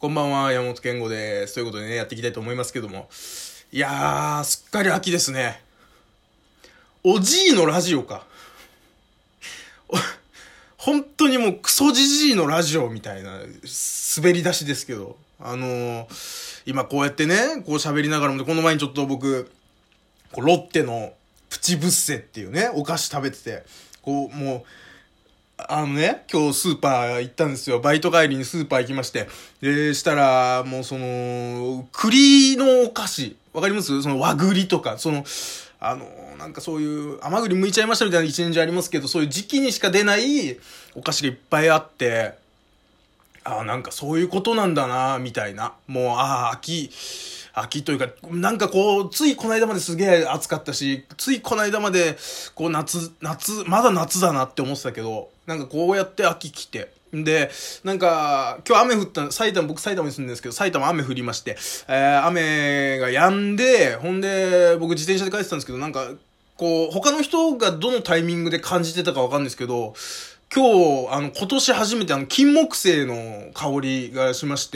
こんばんは、山本健吾です。ということでね、やっていきたいと思いますけども。いやー、すっかり秋ですね。おじいのラジオか。本当にもうクソじじいのラジオみたいな滑り出しですけど。今こうやってね、こう喋りながらも、この前にちょっと僕、ロッテのプチブッセっていうね、お菓子食べてて、もう、今日スーパー行ったんですよ。バイト帰りにスーパー行きまして。で、したら、もう栗のお菓子。わかります？その和栗とか、なんかそういう甘栗剥いちゃいましたみたいな一年中ありますけど、そういう時期にしか出ないお菓子がいっぱいあって、なんかそういうことなんだな、みたいな。もう、秋というか、なんかついこの間まですげえ暑かったし、ついこの間まで、まだ夏だなって思ってたけど、なんかこうやって秋来て、で、なんか、今日雨降った、僕埼玉に住んでるんですけど、埼玉雨降りまして、雨が止んで、ほんで、僕自転車で帰ってたんですけど、なんか、他の人がどのタイミングで感じてたかわかんないですけど、今日、今年初めて金木犀の香りがしまして、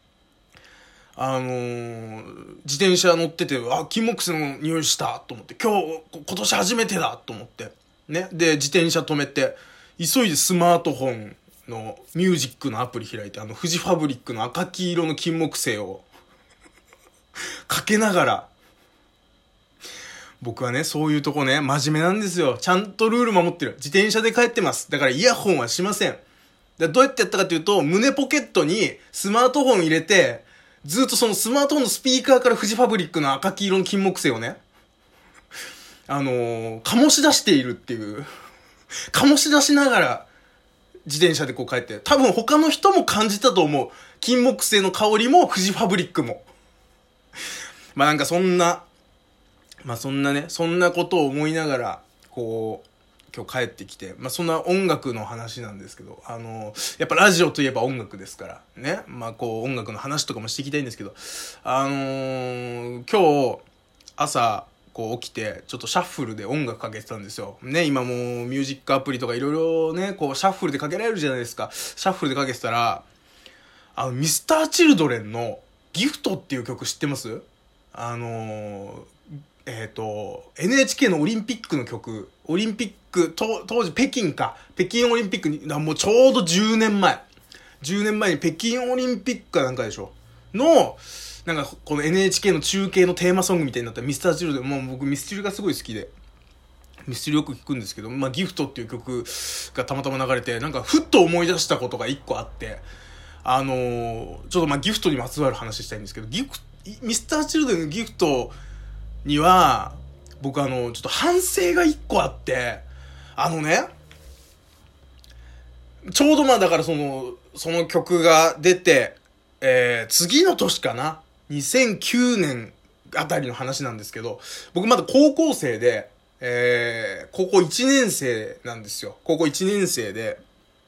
自転車乗ってて、金木犀の匂いしたと思って、今年初めてだと思って、ね。で、自転車止めて、急いでスマートフォンのミュージックのアプリ開いて、フジファブリックの赤黄色の金木犀をかけながら、僕はね、そういうとこね、真面目なんですよ。ちゃんとルール守ってる。自転車で帰ってます。だからイヤホンはしません。どうやってやったかというと、胸ポケットにスマートフォン入れて、ずっとそのスマートフォンのスピーカーからフジファブリックの赤黄色の金木犀をね、醸し出しているっていう。醸し出しながら、自転車で帰って。多分他の人も感じたと思う。金木犀の香りもフジファブリックも。なんかそんなね、そんなことを思いながら、今日帰ってきて、そんな音楽の話なんですけど、やっぱラジオといえば音楽ですから、ね。音楽の話とかもしていきたいんですけど、今日、朝、起きて、ちょっとシャッフルで音楽かけてたんですよ。ね、今もうミュージックアプリとかいろいろね、シャッフルでかけられるじゃないですか。シャッフルでかけてたら、ミスターチルドレンのギフトっていう曲知ってます？NHK のオリンピックの曲、オリンピック、当時北京オリンピックに、もうちょうど10年前に北京オリンピックかなんかでしょの、なんかこの NHK の中継のテーマソングみたいになったミスターチルドレン、もう僕ミスチルがすごい好きで、ミスチルよく聞くんですけど、ギフトっていう曲がたまたま流れて、なんかふっと思い出したことが一個あって、ちょっとギフトにまつわる話したいんですけど、ミスターチルドレンのギフトには、僕ちょっと反省が一個あって、ちょうどだからその曲が出て、次の年かな ?2009 年あたりの話なんですけど、僕まだ高校生で、高校1年生なんですよ。高校1年生で、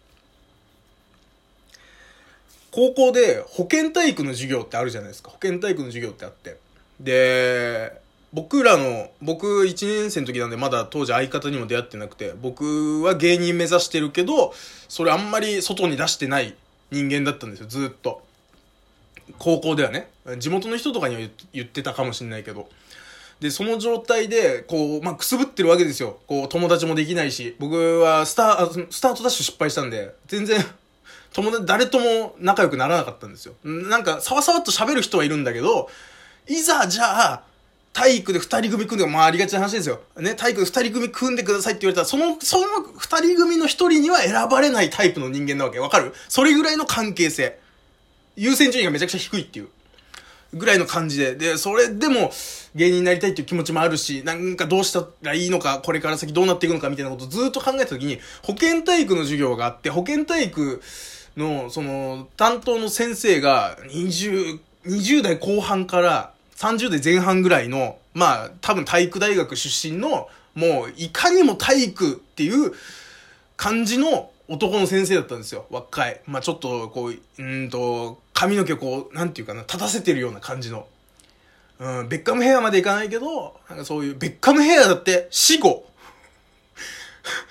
高校で保健体育の授業ってあるじゃないですか。保健体育の授業ってあって。で、僕1年生の時なんでまだ当時相方にも出会ってなくて、僕は芸人目指してるけど、それあんまり外に出してない人間だったんですよ、ずっと。高校ではね。地元の人とかには言ってたかもしれないけど。で、その状態で、くすぶってるわけですよ。友達もできないし。僕はスタートダッシュ失敗したんで、全然、誰とも仲良くならなかったんですよ。なんか、さわさわっと喋る人はいるんだけど、いざ、じゃあ、体育で二人組組んで、ありがちな話ですよ。ね、体育で二人組組んでくださいって言われたら、その二人組の一人には選ばれないタイプの人間なわけ。わかる？それぐらいの関係性。優先順位がめちゃくちゃ低いっていう。ぐらいの感じで。で、それでも芸人になりたいっていう気持ちもあるし、なんかどうしたらいいのか、これから先どうなっていくのかみたいなことをずっと考えたときに、保健体育の授業があって、保健体育の、担当の先生が20代後半から30代前半ぐらいの、多分体育大学出身の、もういかにも体育っていう感じの男の先生だったんですよ。若い。ちょっと髪の毛なんていうかな、立たせてるような感じの。ベッカムヘアまでいかないけど、なんかそういう、ベッカムヘアだって死後。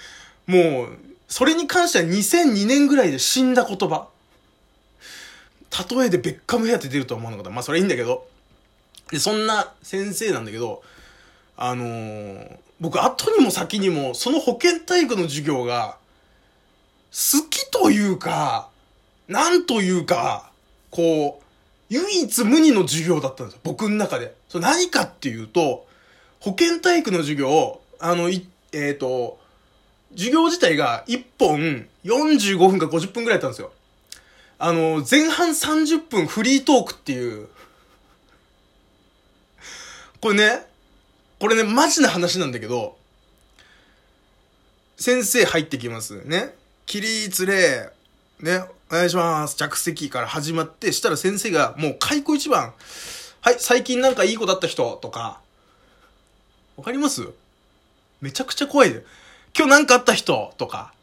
もう、それに関しては2002年ぐらいで死んだ言葉。 例えでベッカムヘアって出るとは思わなかった。まあそれいいんだけど。で、そんな先生なんだけど、僕後にも先にもその保健体育の授業が好きというか、なんというか、こう、唯一無二の授業だったんですよ。僕の中で。それ何かっていうと、保健体育の授業、授業自体が1本45分か50分くらいだったんですよ。前半30分フリートークっていう。これね、マジな話なんだけど、先生入ってきますね。起立礼、ね、お願いします。着席から始まって、したら先生がもう開口一番、はい、最近なんかいい子だった人とか、わかります？めちゃくちゃ怖いで。今日なんかあった人とか。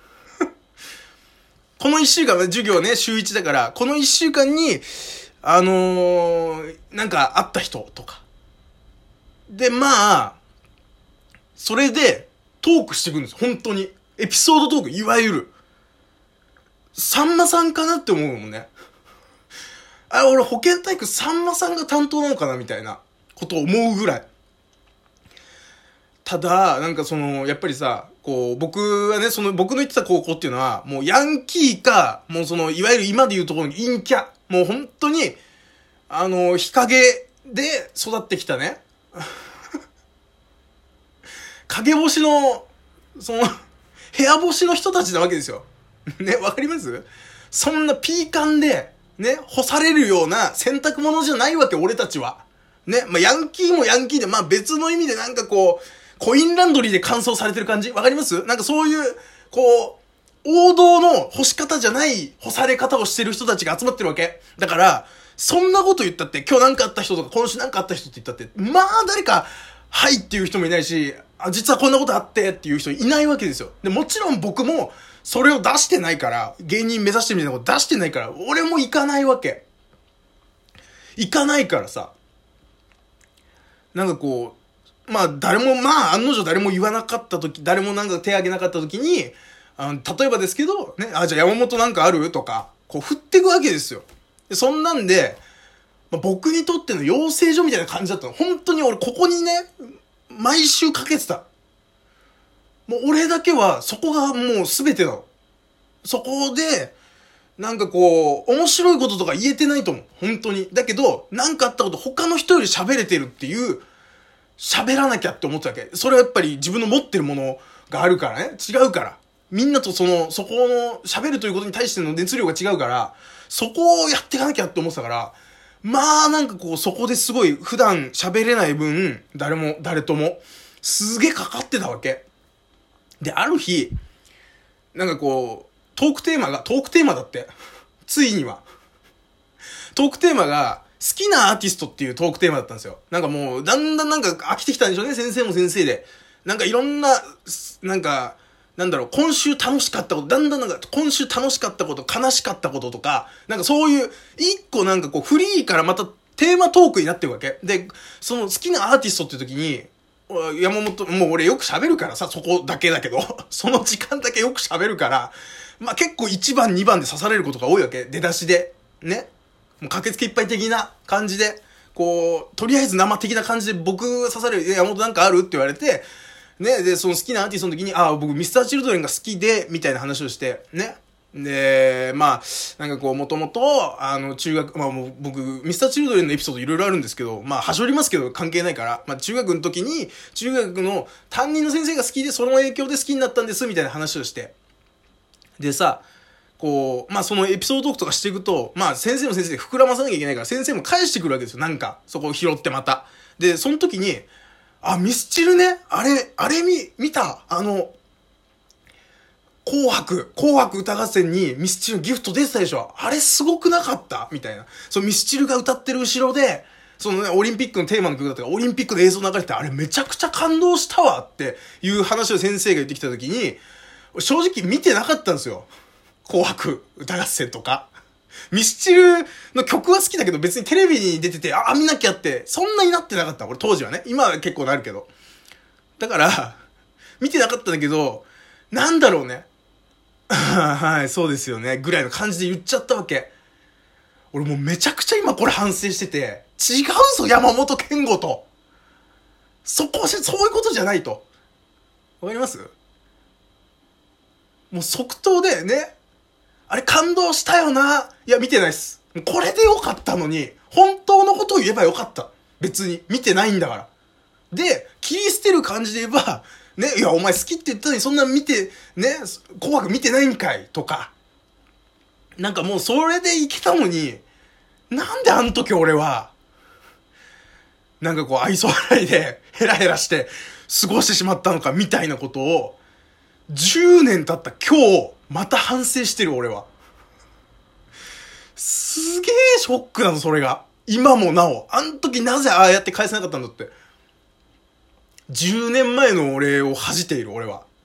この一週間、授業ね、週1だから、この一週間に、なんかあった人とか。で、まあ、それでトークしていくんです。本当に。エピソードトーク、いわゆる。さんまさんかなって思うもんね。俺保健体育さんまさんが担当なのかなみたいなことを思うぐらい。ただ、なんかやっぱりさ、こう、僕はね、僕の行ってた高校っていうのは、もうヤンキーか、もういわゆる今で言うところの陰キャ。もう本当に、日陰で育ってきたね。影干しの、部屋干しの人たちなわけですよ。ね、わかります？そんなピーカンで、ね、干されるような洗濯物じゃないわけ、俺たちは。ね、まあ、ヤンキーもヤンキーで、まあ、別の意味でなんかこう、コインランドリーで乾燥されてる感じわかります？なんかそういう、こう、王道の干し方じゃない干され方をしてる人たちが集まってるわけ。だから、そんなこと言ったって、今日なんかあった人とか、今週なんかあった人って言ったって、まあ、誰か、はいっていう人もいないし、実はこんなことあってっていう人いないわけですよ。で、もちろん僕も、それを出してないから、芸人目指してみたいなこと出してないから、俺も行かないわけ。行かないからさ。なんかこう、まあ誰も、まあ案の定誰も言わなかった時、誰もなんか手挙げなかった時に、例えばですけど、ね、じゃあ山本なんかあるとか、こう振っていくわけですよ。で、そんなんで、まあ、僕にとっての養成所みたいな感じだったの。本当に俺ここにね、毎週かけてた。もう俺だけはそこがもう全てなの。そこで、なんかこう、面白いこととか言えてないと思う。本当に。だけど、なんかあったこと他の人より喋れてるっていう、喋らなきゃって思ってたわけ。それはやっぱり自分の持ってるものがあるからね。違うから。みんなとそこの喋るということに対しての熱量が違うから、そこをやっていかなきゃって思ってたから、まあなんかこうそこですごい普段喋れない分、誰とも、すげえかかってたわけ。で、ある日、なんかこう、トークテーマだって。ついには。トークテーマが、好きなアーティストっていうトークテーマだったんですよ。なんかもう、だんだんなんか飽きてきたんでしょうね、先生も先生で。なんかいろんな、なんか、なんだろう、今週楽しかったこと、だんだんなんか、今週楽しかったこと、悲しかったこととか、なんかそういう、一個なんかこう、フリーからまたテーマトークになってるわけ。で、その好きなアーティストっていう時に、山本、もう俺よく喋るからさ、そこだけだけど、その時間だけよく喋るから、まあ、結構1番2番で刺されることが多いわけ。出だしで。ね。もう駆けつけいっぱい的な感じで、こう、とりあえず生的な感じで僕刺される、山本なんかあるって言われて、ね。で、その好きなアーティストの時に、僕ミスターチルドレンが好きで、みたいな話をして、ね。で、まあ、なんかこう、もともと、中学、まあもう僕、ミスターチルドレンのエピソードいろいろあるんですけど、まあ、はしょりますけど関係ないから、まあ、中学の時に、中学の担任の先生が好きで、その影響で好きになったんです、みたいな話をして。でさ、こう、まあ、そのエピソードトークとかしていくと、まあ、先生も先生で膨らまさなきゃいけないから、先生も返してくるわけですよ、なんか。そこを拾ってまた。で、その時に、ミスチルね、あれ見た紅白歌合戦にミスチルギフト出てたでしょ。あれすごくなかったみたいな。ミスチルが歌ってる後ろで、オリンピックのテーマの曲だったから、オリンピックの映像流れてて、あれめちゃくちゃ感動したわっていう話を先生が言ってきた時に、正直見てなかったんですよ。紅白歌合戦とか。ミスチルの曲は好きだけど別にテレビに出てて、見なきゃって、そんなになってなかった。俺当時はね。今は結構なるけど。だから、見てなかったんだけど、なんだろうね。はい、そうですよね。ぐらいの感じで言っちゃったわけ。 俺もうめちゃくちゃ今これ反省してて、違うぞ、山本健吾と。そういうことじゃないと。わかります？もう即答でね、あれ感動したよな。いや、見てないっす。これでよかったのに、本当のことを言えばよかった。別に、見てないんだから。で、切り捨てる感じで言えば、ね、いや、お前好きって言ったのにそんな見て、ね、紅白見てないんかいとか。なんかもうそれでいけたのに、なんであの時俺は、なんかこう愛想笑いでヘラヘラして過ごしてしまったのかみたいなことを、10年経った今日、また反省してる俺は。すげえショックなの、それが。今もなお。あの時なぜああやって返せなかったんだって。10年前の俺を恥じている俺は。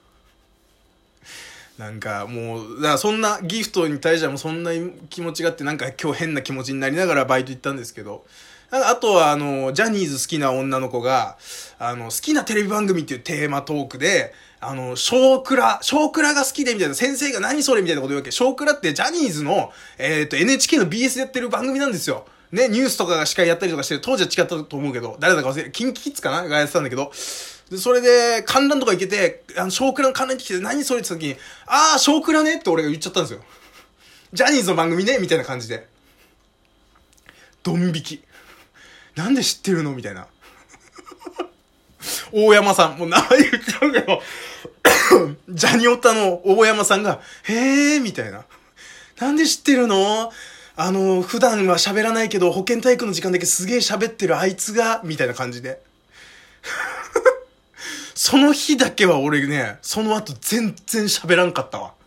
なんかもう、だからそんなギフトに対してはもうそんな気持ちがあって、なんか今日変な気持ちになりながらバイト行ったんですけど、あとはジャニーズ好きな女の子が、好きなテレビ番組っていうテーマトークで、少クラが好きでみたいな、先生が何それみたいなこと言うわけ。少クラってジャニーズの、NHK の BS でやってる番組なんですよ。ね、ニュースとかが司会やったりとかしてる、当時は違ったと思うけど、誰だか忘れる、キンキキッズかながやってたんだけど、で、それで、観覧とか行けて、少クラの観覧に来て、何それって言った時に、あー、少クラねって俺が言っちゃったんですよ。ジャニーズの番組ねみたいな感じで。ドン引き。なんで知ってるのみたいな。大山さん、もう名前言っちゃうけど、ジャニオタの大山さんが、へーみたいな。なんで知ってるの？普段は喋らないけど、保健体育の時間だけすげー喋ってるあいつが、みたいな感じで。その日だけは俺ね、その後全然喋らんかったわ。